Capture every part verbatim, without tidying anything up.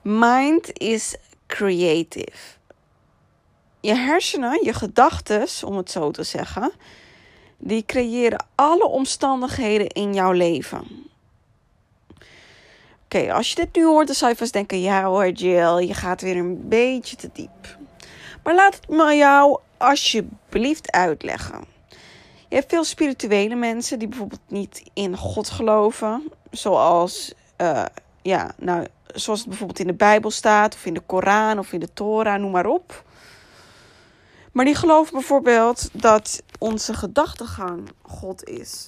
Mind is creative. Je hersenen, je gedachtes, om het zo te zeggen, die creëren alle omstandigheden in jouw leven. Oké, okay, als je dit nu hoort, dan zou je vast denken, ja hoor Jill, je gaat weer een beetje te diep. Maar laat het me jou alsjeblieft uitleggen. Je hebt veel spirituele mensen die bijvoorbeeld niet in God geloven. Zoals, uh, ja, nou, zoals het bijvoorbeeld in de Bijbel staat. Of in de Koran of in de Torah, noem maar op. Maar die geloven bijvoorbeeld dat onze gedachtegang God is.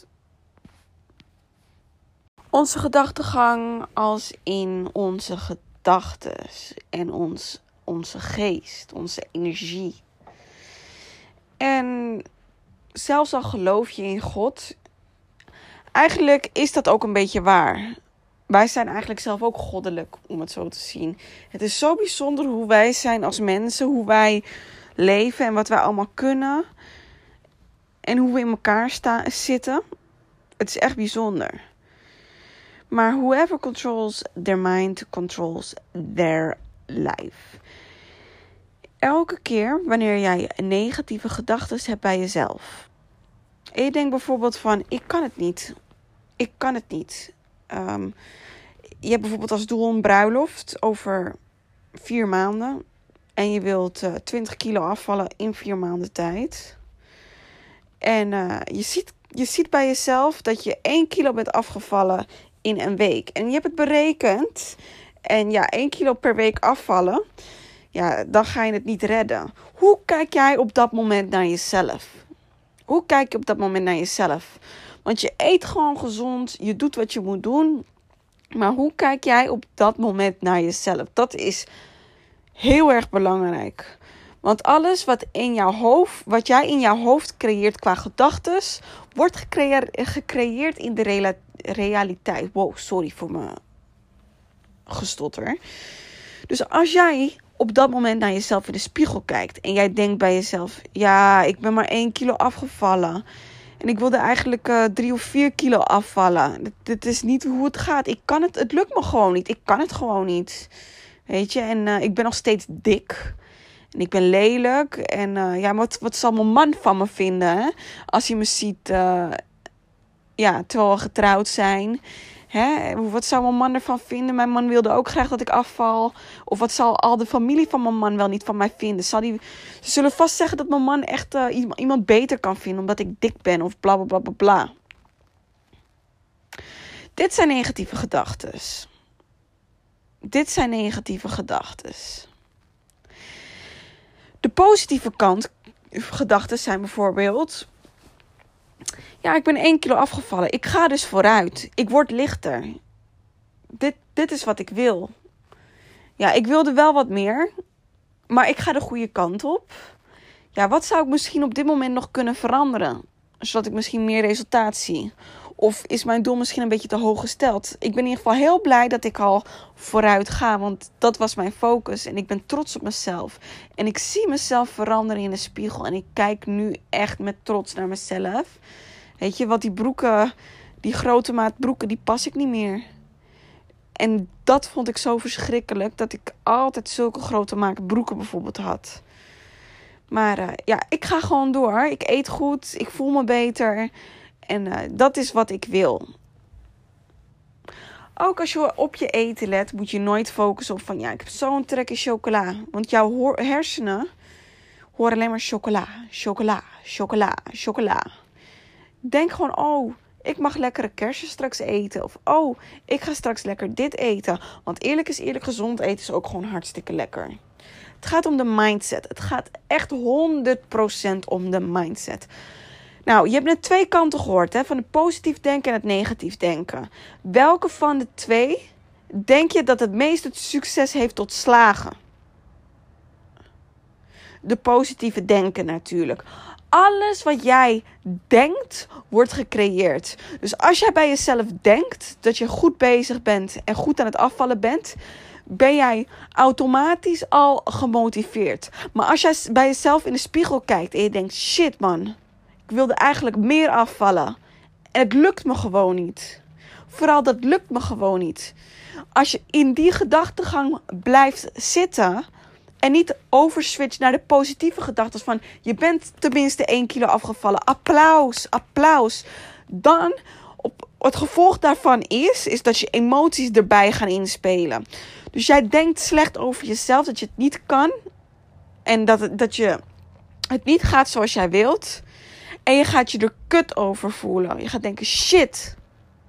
Onze gedachtegang als in onze gedachtes en ons, onze geest, onze energie. En zelfs al geloof je in God, eigenlijk is dat ook een beetje waar. Wij zijn eigenlijk zelf ook goddelijk, om het zo te zien. Het is zo bijzonder hoe wij zijn als mensen, hoe wij leven en wat wij allemaal kunnen. En hoe we in elkaar staan, zitten. Het is echt bijzonder. Maar whoever controls their mind controls their life. Elke keer wanneer jij negatieve gedachten hebt bij jezelf. En je denkt bijvoorbeeld van, ik kan het niet. Ik kan het niet. Um, je hebt bijvoorbeeld als doel een bruiloft over vier maanden. En je wilt uh, twintig kilo afvallen in vier maanden tijd. En uh, je, ziet, je ziet bij jezelf dat je één kilo bent afgevallen in een week. En je hebt het berekend. En ja, één kilo per week afvallen. Ja, dan ga je het niet redden. Hoe kijk jij op dat moment naar jezelf? Hoe kijk je op dat moment naar jezelf? Want je eet gewoon gezond. Je doet wat je moet doen. Maar hoe kijk jij op dat moment naar jezelf? Dat is heel erg belangrijk. Want alles wat, in jouw hoofd, wat jij in jouw hoofd creëert qua gedachtes, wordt gecreëerd, gecreëerd in de rela- realiteit. Wow, sorry voor mijn gestotter. Dus als jij op dat moment naar jezelf in de spiegel kijkt en jij denkt bij jezelf, ja, ik ben maar één kilo afgevallen. En ik wilde eigenlijk uh, drie of vier kilo afvallen. Dit, dit is niet hoe het gaat. Ik kan het, het lukt me gewoon niet. Ik kan het gewoon niet. Weet je, en uh, ik ben nog steeds dik. En ik ben lelijk. En uh, ja, wat, wat zal mijn man van me vinden, hè? Als hij me ziet, uh, ja, terwijl we getrouwd zijn. Hè? Wat zou mijn man ervan vinden? Mijn man wilde ook graag dat ik afval. Of wat zal al de familie van mijn man wel niet van mij vinden? Zal die, ze zullen vast zeggen dat mijn man echt uh, iemand beter kan vinden omdat ik dik ben of bla bla bla bla bla. Dit zijn negatieve gedachten. Dit zijn negatieve gedachten. De positieve kant, gedachten zijn bijvoorbeeld, ja, ik ben één kilo afgevallen. Ik ga dus vooruit. Ik word lichter. Dit, dit is wat ik wil. Ja, ik wilde wel wat meer. Maar ik ga de goede kant op. Ja, wat zou ik misschien op dit moment nog kunnen veranderen? Zodat ik misschien meer resultaat zie. Of is mijn doel misschien een beetje te hoog gesteld? Ik ben in ieder geval heel blij dat ik al vooruit ga. Want dat was mijn focus. En ik ben trots op mezelf. En ik zie mezelf veranderen in de spiegel. En ik kijk nu echt met trots naar mezelf. Weet je, want die broeken, die grote maat broeken, die pas ik niet meer. En dat vond ik zo verschrikkelijk. Dat ik altijd zulke grote maat broeken bijvoorbeeld had. Maar uh, ja, ik ga gewoon door. Ik eet goed. Ik voel me beter. En uh, dat is wat ik wil. Ook als je op je eten let, moet je nooit focussen op van, ja, ik heb zo'n trek in chocola. Want jouw ho- hersenen horen alleen maar chocola, chocola, chocola, chocola. Denk gewoon, oh, ik mag lekkere kersen straks eten. Of, oh, ik ga straks lekker dit eten. Want eerlijk is eerlijk, gezond eten is ook gewoon hartstikke lekker. Het gaat om de mindset. Het gaat echt honderd procent om de mindset. Nou, je hebt net twee kanten gehoord, hè? Van het positief denken en het negatief denken. Welke van de twee denk je dat het meest het succes heeft tot slagen? De positieve denken natuurlijk. Alles wat jij denkt, wordt gecreëerd. Dus als jij bij jezelf denkt dat je goed bezig bent en goed aan het afvallen bent, ben jij automatisch al gemotiveerd. Maar als jij bij jezelf in de spiegel kijkt en je denkt, shit man, ik wilde eigenlijk meer afvallen en het lukt me gewoon niet. Vooral dat lukt me gewoon niet. Als je in die gedachtegang blijft zitten en niet overswitcht naar de positieve gedachten van je bent tenminste één kilo afgevallen. Applaus, applaus. Dan, op, het gevolg daarvan is, is dat je emoties erbij gaan inspelen. Dus jij denkt slecht over jezelf, dat je het niet kan. En dat, dat je het niet gaat zoals jij wilt. En je gaat je er kut over voelen. Je gaat denken, shit.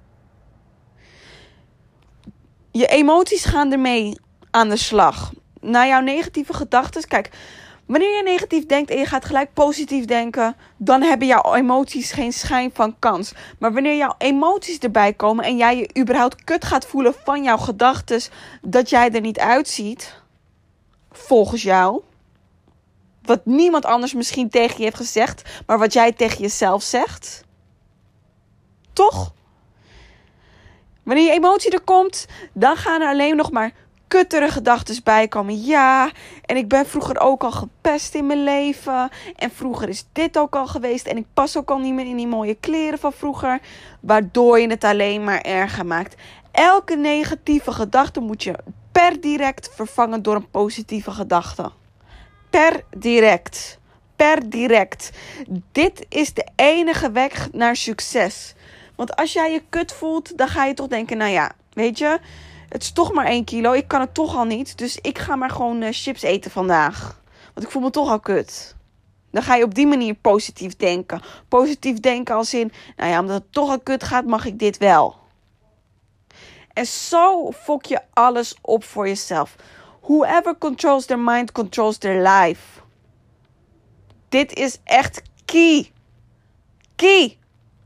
Je emoties gaan ermee aan de slag. Naar jouw negatieve gedachten. Kijk, wanneer je negatief denkt en je gaat gelijk positief denken, dan hebben jouw emoties geen schijn van kans. Maar wanneer jouw emoties erbij komen en jij je überhaupt kut gaat voelen van jouw gedachten, dat jij er niet uitziet, volgens jou, wat niemand anders misschien tegen je heeft gezegd, maar wat jij tegen jezelf zegt. Toch? Wanneer je emotie er komt, dan gaan er alleen nog maar kuttere gedachten bij komen. Ja, en ik ben vroeger ook al gepest in mijn leven. En vroeger is dit ook al geweest. En ik pas ook al niet meer in die mooie kleren van vroeger. Waardoor je het alleen maar erger maakt. Elke negatieve gedachte moet je per direct vervangen door een positieve gedachte. Per direct. Per direct. Dit is de enige weg naar succes. Want als jij je kut voelt, dan ga je toch denken, nou ja, weet je, het is toch maar één kilo. Ik kan het toch al niet. Dus ik ga maar gewoon uh, chips eten vandaag. Want ik voel me toch al kut. Dan ga je op die manier positief denken. Positief denken als in, nou ja, omdat het toch al kut gaat, mag ik dit wel. En zo fok je alles op voor jezelf. Whoever controls their mind, controls their life. Dit is echt key. Key.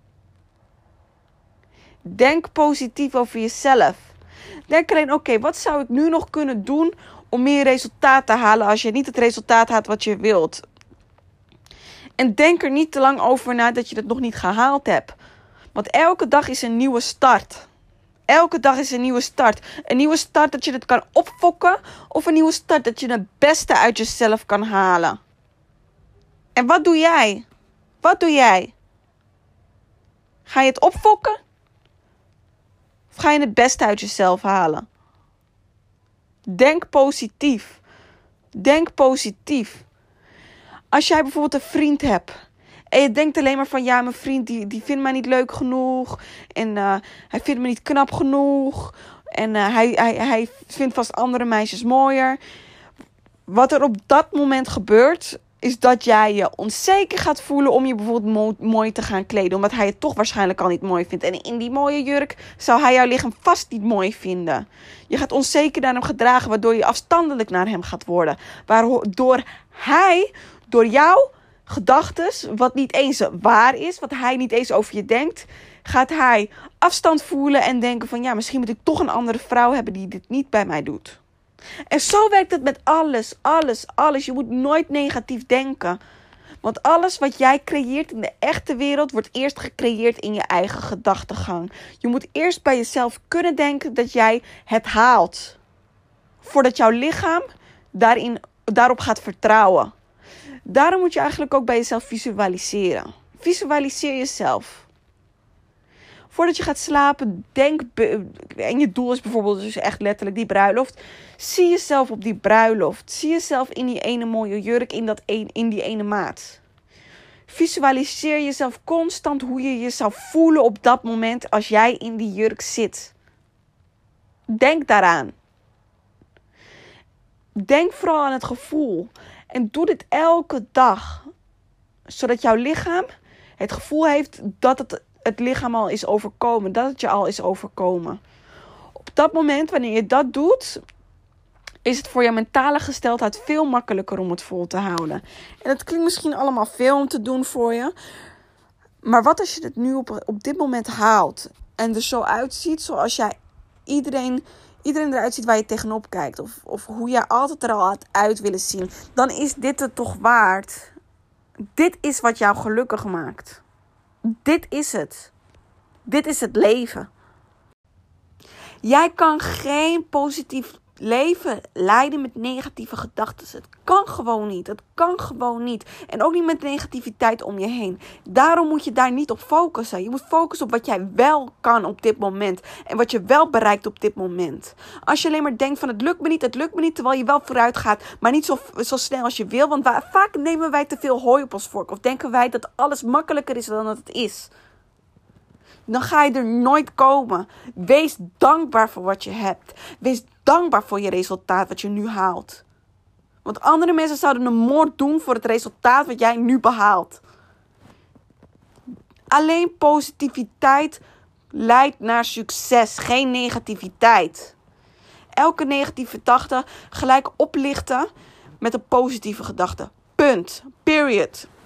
Denk positief over jezelf. Denk alleen, oké, okay, wat zou ik nu nog kunnen doen om meer resultaat te halen als je niet het resultaat haalt wat je wilt. En denk er niet te lang over na dat je het nog niet gehaald hebt. Want elke dag is een nieuwe start. Elke dag is een nieuwe start. Een nieuwe start dat je het kan opfokken. Of een nieuwe start dat je het beste uit jezelf kan halen. En wat doe jij? Wat doe jij? Ga je het opfokken? Of ga je het beste uit jezelf halen? Denk positief. Denk positief. Als jij bijvoorbeeld een vriend hebt. En je denkt alleen maar van, ja, mijn vriend die, die vindt mij niet leuk genoeg. En uh, hij vindt me niet knap genoeg. En uh, hij, hij, hij vindt vast andere meisjes mooier. Wat er op dat moment gebeurt, is dat jij je onzeker gaat voelen om je bijvoorbeeld mo- mooi te gaan kleden. Omdat hij het toch waarschijnlijk al niet mooi vindt. En in die mooie jurk zou hij jouw lichaam vast niet mooi vinden. Je gaat onzeker naar hem gedragen, waardoor je afstandelijk naar hem gaat worden. Waardoor hij, door jouw gedachtes, wat niet eens waar is, wat hij niet eens over je denkt, gaat hij afstand voelen en denken van, ja, misschien moet ik toch een andere vrouw hebben die dit niet bij mij doet. En zo werkt het met alles, alles, alles. Je moet nooit negatief denken. Want alles wat jij creëert in de echte wereld wordt eerst gecreëerd in je eigen gedachtegang. Je moet eerst bij jezelf kunnen denken dat jij het haalt. Voordat jouw lichaam daarin, daarop gaat vertrouwen. Daarom moet je eigenlijk ook bij jezelf visualiseren. Visualiseer jezelf. Voordat je gaat slapen, denk, en je doel is bijvoorbeeld dus echt letterlijk die bruiloft. Zie jezelf op die bruiloft. Zie jezelf in die ene mooie jurk, in, dat een, in die ene maat. Visualiseer jezelf constant hoe je je zou voelen op dat moment als jij in die jurk zit. Denk daaraan. Denk vooral aan het gevoel. En doe dit elke dag. Zodat jouw lichaam het gevoel heeft dat het het lichaam al is overkomen. Dat het je al is overkomen. Op dat moment, wanneer je dat doet, is het voor je mentale gesteldheid veel makkelijker om het vol te houden. En het klinkt misschien allemaal veel om te doen voor je. Maar wat als je het nu op, op dit moment haalt en er zo uitziet zoals jij iedereen, iedereen eruit ziet waar je tegenop kijkt. Of, of hoe jij altijd er al had uit willen zien. Dan is dit het toch waard. Dit is wat jou gelukkig maakt. Dit is het. Dit is het leven. Jij kan geen positief leven leiden met negatieve gedachten. Het kan gewoon niet. Het kan gewoon niet. En ook niet met negativiteit om je heen. Daarom moet je daar niet op focussen. Je moet focussen op wat jij wel kan op dit moment. En wat je wel bereikt op dit moment. Als je alleen maar denkt van het lukt me niet, het lukt me niet. Terwijl je wel vooruit gaat. Maar niet zo, zo snel als je wil. Want waar, vaak nemen wij te veel hooi op ons vork. Of denken wij dat alles makkelijker is dan dat het is. Dan ga je er nooit komen. Wees dankbaar voor wat je hebt. Wees dankbaar voor je resultaat wat je nu haalt. Want andere mensen zouden een moord doen voor het resultaat wat jij nu behaalt. Alleen positiviteit leidt naar succes, geen negativiteit. Elke negatieve gedachte gelijk oplichten met een positieve gedachte. Punt. Period.